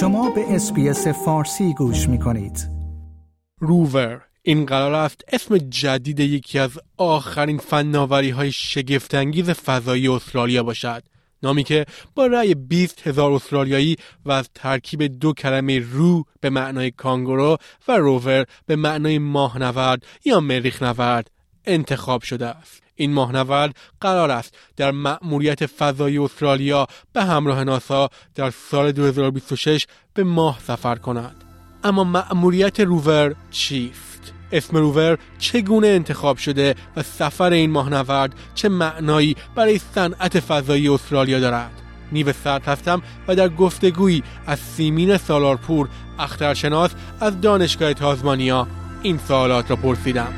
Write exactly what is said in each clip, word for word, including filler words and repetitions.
شما به اس‌بی‌اس فارسی گوش می‌کنید. روور این قرار است اسم جدید یکی از آخرین فناوری‌های شگفت‌انگیز فضایی استرالیا باشد. نامی که با رأی بیست هزار استرالیایی و از ترکیب دو کلمه رو به معنای کانگورو و روور به معنای ماهنورد یا مریخ نورد انتخاب شده است. این ماهنورد قرار است در مأموریت فضایی استرالیا به همراه ناسا در سال دو هزار و بیست و شش به ماه سفر کند. اما مأموریت روور چیست؟ اسم روور چگونه انتخاب شده و سفر این ماهنورد چه معنایی برای صنعت فضایی استرالیا دارد؟ نیو سرد هستم و در گفتگویی از سیمین سالارپور اخترشناس از دانشگاه تازمانیا این سوالات را پرسیدم.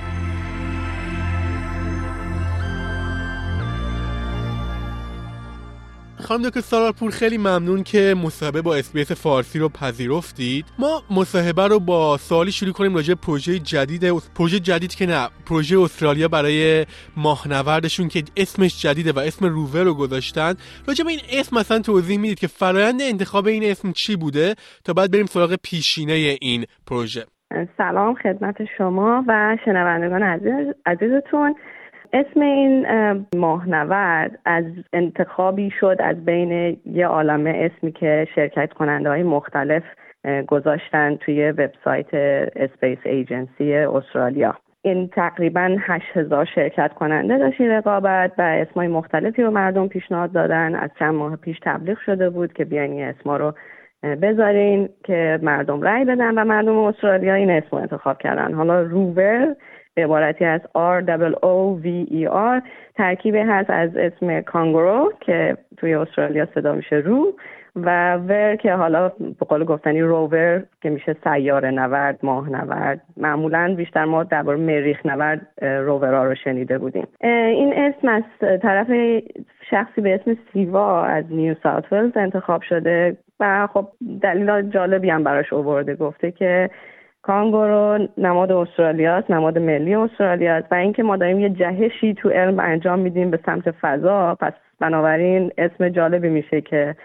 خانم دکتر سالارپور، خیلی ممنون که مصاحبه با اس‌بی‌اس فارسی رو پذیرفتید. ما مصاحبه رو با سوالی شروع کنیم راجع به پروژه جدید پروژه جدید که نه پروژه استرالیا برای ماهنوردشون که اسمش جدیده و اسم روور رو گذاشتن. راجع به این اسم مثلا توضیح میدید که فرآیند انتخاب این اسم چی بوده تا بعد بریم سراغ پیشینه این پروژه. سلام خدمت شما و شنوندگان عزیز عزیزتون. اسم این ماهنورد از انتخابی شد از بین یه عالمه اسمی که شرکت کننده های مختلف گذاشتن توی وبسایت اسپیس ایجنسی استرالیا. این تقریباً هشت هزار شرکت کننده داشت رقابت و اسمای مختلفی رو مردم پیشنهاد دادن. از چند ماه پیش تبلیغ شده بود که بیاین این اسما رو بذارین که مردم رأی بدن و مردم استرالیا این اسم رو انتخاب کردن. حالا روور به عبارتی از R O O V E R ترکیبی هست از اسم کانگورو که توی استرالیا صدا میشه رو و ور که حالا به قول گفتنی روور که میشه سیاره نورد، ماه نورد. معمولاً بیشتر ما درباره مریخ نورد روورها رو شنیده بودیم. این اسم از طرف شخصی به اسم سیوا از نیو ساوت ولز انتخاب شده و خب دلیل جالبی هم براش آورده. گفته که کانگورو نماد استرالیاست، نماد ملی استرالیاست و اینکه ما داریم یه جهشی تو علم انجام میدیم به سمت فضا، پس بنابراین اسم جالبی میشه که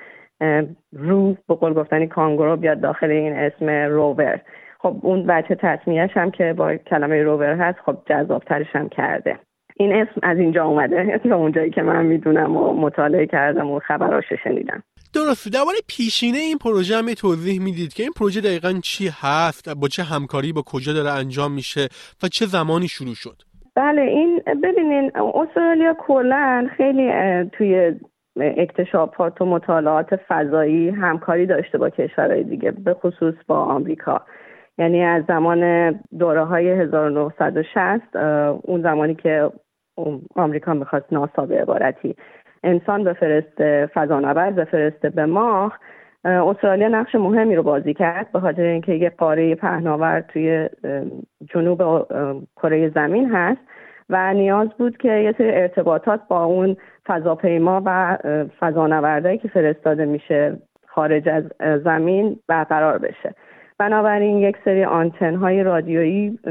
رو به قول گفتنی کانگورو بیاد داخل این اسم روور. خب اون بچه تصمیهش هم که با کلمه روور هست خب جذابترش هم کرده. این اسم از اینجا اومده تا اونجایی که من میدونم و مطالعه کردم و خبراشو شنیدم. درسته. درباره پیشینه این پروژه هم توضیح میدید که این پروژه دقیقاً چی هست، با چه همکاری با کجا داره انجام میشه و چه زمانی شروع شد؟ بله، این ببینین استرالیا کلاً خیلی توی اکتشافات و مطالعات فضایی همکاری داشته با کشورهای دیگه، به خصوص با آمریکا. یعنی از زمان دوره‌های هزار و نهصد و شصت، اون زمانی که آمریکا می‌خواست ناسا به عبارتی انسان بفرسته، فضانورد بفرسته به ماه، استرالیا نقش مهمی رو بازی کرد به خاطر اینکه یه قاره پهناور توی جنوب کره زمین هست و نیاز بود که یه سری ارتباطات با اون فضاپیما و فضانوردایی که فرستاده میشه خارج از زمین برقرار بشه. بنابراین یک سری آنتن‌های رادیویی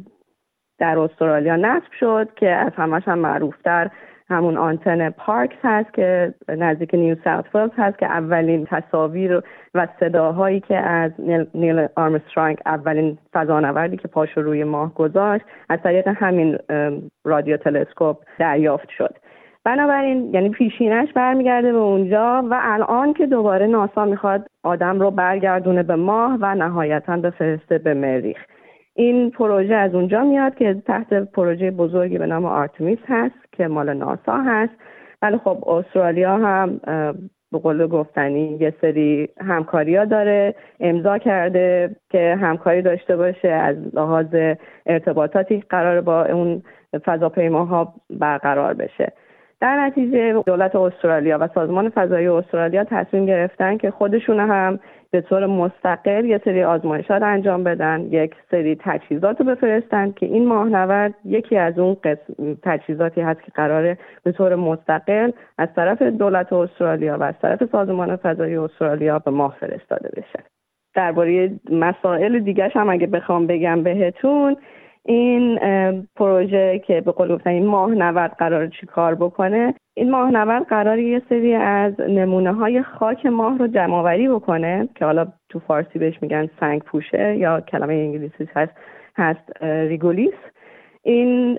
در استرالیا نصب شد که از همش هم معروفتر همون آنتن پارکس هست که نزدیک نیو ساوت ولز هست که اولین تصاویر و صداهایی که از نیل, نیل آرمسترانگ، اولین فضانوردی که پاشو روی ماه گذاشت، از طریق همین رادیو تلسکوپ دریافت شد. بنابراین یعنی پیشینش برمیگرده به اونجا و الان که دوباره ناسا میخواد آدم رو برگردونه به ماه و نهایتاً بفرسته به مریخ. این پروژه از اونجا میاد که تحت پروژه بزرگی به نام آرتمیس هست که مال ناسا هست. ولی خب استرالیا هم به قول گفتنی یه سری همکاری‌ها داره، امضا کرده که همکاری داشته باشه از لحاظ ارتباطاتی قرار با اون فضاپیماها برقرار بشه. در نتیجه دولت استرالیا و سازمان فضایی استرالیا تصمیم گرفتن که خودشون هم به طور مستقل یه سری آزمایشات انجام بدن، یک سری تجهیزات رو بفرستن که این ماهنورد یکی از اون قسم تجهیزاتی هست که قراره به طور مستقل از طرف دولت استرالیا و از طرف سازمان فضایی استرالیا به ماه فرستاده بشه. درباره مسائل دیگه هم اگه بخوام بگم بهتون، این پروژه که به قول گفتن این ماهنورد قرار چی کار بکنه، این ماهنورد قرار یه سری از نمونه های خاک ماه رو جمع آوری بکنه که حالا تو فارسی بهش میگن سنگ پوشه یا کلمه انگلیسی هست هست ریگولیس. این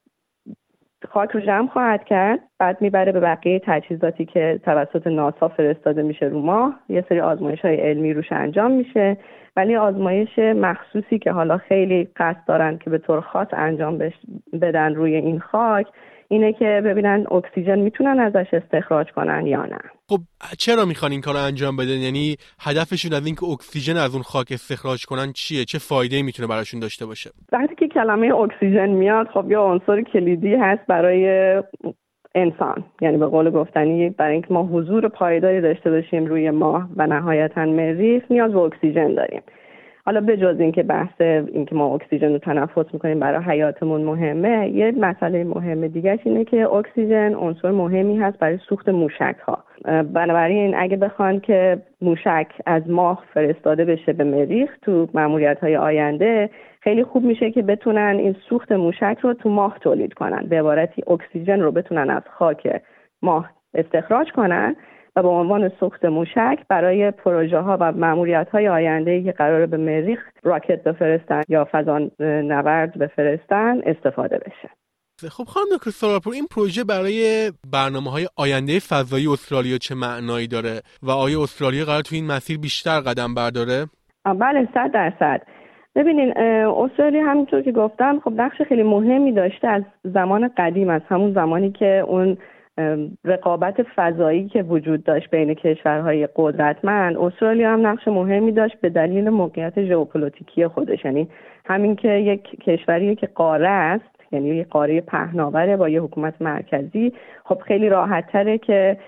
خاک رو جمع خواهد کرد، بعد میبره به بقیه تجهیزاتی که توسط ناسا فرستاده میشه رو ماه. یه سری آزمایش‌های علمی روش انجام میشه، ولی آزمایش مخصوصی که حالا خیلی قصد دارن که به طور خاص انجام بدن روی این خاک اینه که ببینن اکسیژن میتونن ازش استخراج کنن یا نه. خب چرا میخوان این کارو انجام بدن؟ یعنی هدفشون از اینکه اکسیژن از اون خاک استخراج کنن چیه؟ چه فایده‌ای میتونه براشون داشته باشه؟ وقتی که کلمه اکسیژن میاد، خب یه عنصر کلیدی هست برای انسان، یعنی به قول گفتنی برای اینکه ما حضور پایداری داشته باشیم روی ماه و نهایتاً مریخ نیاز به اکسیژن داریم. حالا به جز اینکه بحث اینکه ما اکسیژن رو تنفس میکنیم برای حیاتمون مهمه، یه مسئله مهم دیگه اینه که اکسیژن عنصر مهمی هست برای سوخت موشک ها. بنابراین اگه بخوان که موشک از ماه فرستاده بشه به مریخ تو ماموریت های آینده، خیلی خوب میشه که بتونن این سوخت موشک رو تو ماه تولید کنن، به عبارتی اکسیژن رو بتونن از خاک ماه استخراج کنن و به عنوان سوخت موشک برای پروژه ها و ماموریت های آینده که قراره به مریخ راکت بفرستن یا فضا نورد بفرستن استفاده بشه. خب خانم دکتر ساراپور، این پروژه برای برنامه‌های آینده فضایی استرالیا چه معنایی داره و آیا استرالیا قراره تو این مسیر بیشتر قدم برداره؟ بله، صد درصد. ببینین استرالیا همونطور که گفتم خب نقش خیلی مهمی داشته از زمان قدیم، از همون زمانی که اون رقابت فضایی که وجود داشت بین کشورهای قدرتمند. استرالیا هم نقش مهمی داشت به دلیل موقعیت ژئوپلیتیکی خودش، یعنی همین که یک کشوریه که قاره است، یعنی یک قاره پهناوره با یه حکومت مرکزی، خب خیلی راحت تره که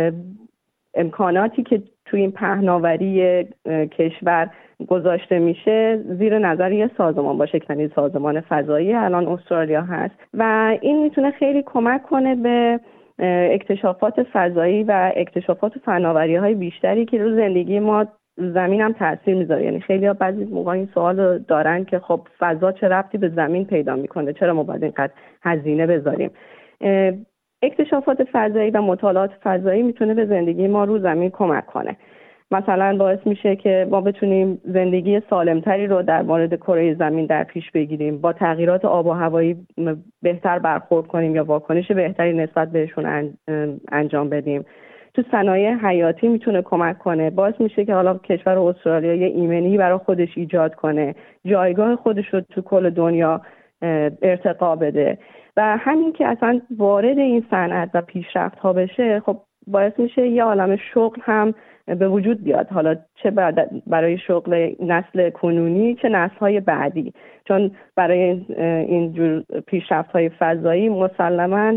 امکاناتی که توی این پهناوری کشور گذاشته میشه زیر نظر یه سازمان باشه، یعنی سازمان فضایی الان استرالیا هست و این میتونه خیلی کمک کنه به اکتشافات فضایی و اکتشافات فناوری های بیشتری که رو زندگی ما زمین هم تاثیر میذاره. یعنی خیلی ها بعضی موقع این سوال دارن که خب فضا چه ربطی به زمین پیدا میکنه، چرا ما باید اینقدر هزینه بذاریم؟ اکتشافات فضایی و مطالعات فضایی میتونه به زندگی ما رو زمین کمک کنه. مثلا باعث میشه که ما بتونیم زندگی سالمتری رو در مورد کره زمین در پیش بگیریم، با تغییرات آب و هوایی بهتر برخورد کنیم یا واکنش بهتری نسبت بهشون انجام بدیم. تو صنایع حیاتی میتونه کمک کنه، باعث میشه که حالا کشور استرالیا یه ایمنی برای خودش ایجاد کنه، جایگاه خودش رو تو کل دنیا ارتقا بده و همین که اصلا وارد این صنعت و پیشرفت ها بشه، خب باعث میشه یه عالم شغل هم به وجود بیاد، حالا چه برای شغل نسل کنونی چه نسل‌های بعدی، چون برای این جور پیشرفت‌های فضایی مسلماً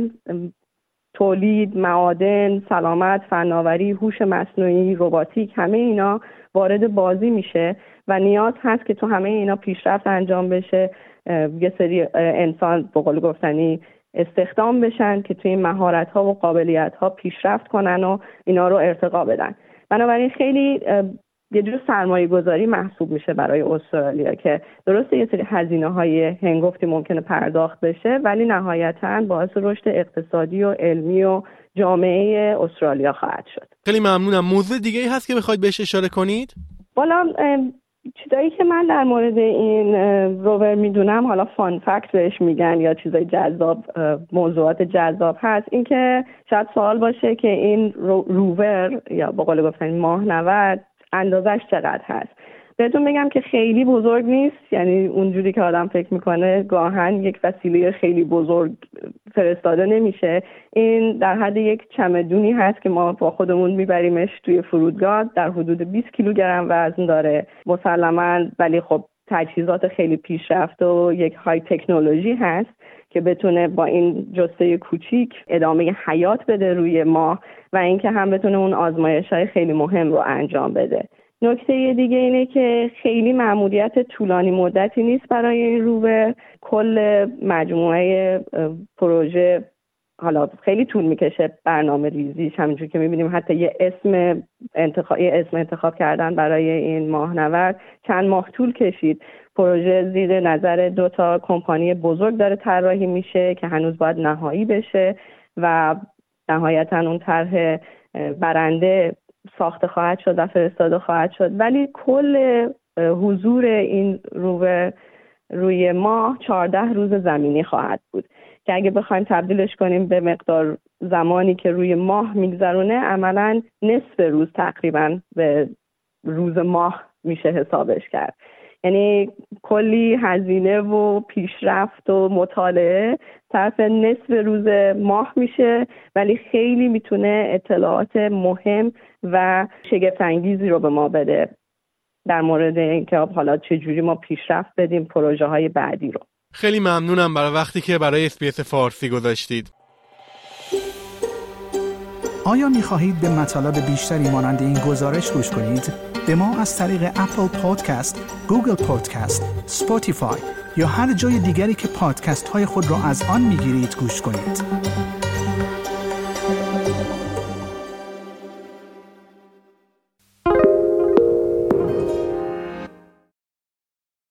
تولید، معادن، سلامت، فناوری، هوش مصنوعی، رباتیک، همه اینا وارد بازی میشه و نیاز هست که تو همه اینا پیشرفت انجام بشه، یه سری انسان به قول گفتنی استخدام بشن که توی این مهارت‌ها و قابلیت‌ها پیشرفت کنن و اینا رو ارتقا بدن. بنابراین خیلی یه جور سرمایه گذاری محسوب میشه برای استرالیا که درسته یه سری هزینه های هنگفتی ممکنه پرداخت بشه، ولی نهایتاً باعث رشد اقتصادی و علمی و جامعه استرالیا خواهد شد. خیلی ممنونم. موضوع دیگه ای هست که بخواید بهش اشاره کنید؟ والا چیزایی که من در مورد این روور میدونم، حالا فان فکت بهش میگن یا چیزای جذاب، موضوعات جذاب هست، این که شاید سوال باشه که این روور یا به قول گفتن ماهنورد اندازش چقدر هست. بهتون بگم که خیلی بزرگ نیست، یعنی اونجوری که آدم فکر میکنه گاهن یک وسیله خیلی بزرگ فرستاده نمیشه. این در حد یک چمدونی هست که ما با خودمون میبریمش توی فرودگاه، در حدود بیست کیلوگرم وزن داره مسلماً، ولی خب تجهیزات خیلی پیشرفته و یک های تکنولوژی هست که بتونه با این جثه کوچیک ادامه حیات بده روی ماه و اینکه هم بتونه اون آزمایش‌های خیلی مهم رو انجام بده. نکته دیگه اینه که خیلی مأموریت طولانی مدتی نیست برای این روور. کل مجموعه پروژه حالا خیلی طول میکشه برنامه ریزیش، همینجور که میبینیم حتی یه اسم انتخاب یه اسم انتخاب کردن برای این ماهنورد چند ماه طول کشید. پروژه زیر نظر دو تا کمپانی بزرگ داره طراحی میشه که هنوز باید نهایی بشه و نهایتا اون طرح برنده ساخته خواهد شد و فرستاده خواهد شد. ولی کل حضور این روور روی ماه چهارده روز زمینی خواهد بود که اگه بخوایم تبدیلش کنیم به مقدار زمانی که روی ماه میگذرونه، عملاً نصف روز تقریباً به روز ماه میشه حسابش کرد. یعنی کلی هزینه و پیشرفت و مطالعه صرف نصف روز ماه میشه، ولی خیلی میتونه اطلاعات مهم و شگفت انگیزی رو به ما بده در مورد اینکه حالا چجوری ما پیشرفت بدیم پروژه های بعدی رو. خیلی ممنونم برای وقتی که برای اس بی اس فارسی گذاشتید. آیا می خواهید به مطالب بیشتری مانند این گزارش گوش کنید؟ به ما از طریق اپل پادکست، گوگل پادکست، اسپاتیفای یا هر جای دیگری که پادکست های خود را از آن می گیرید گوش کنید.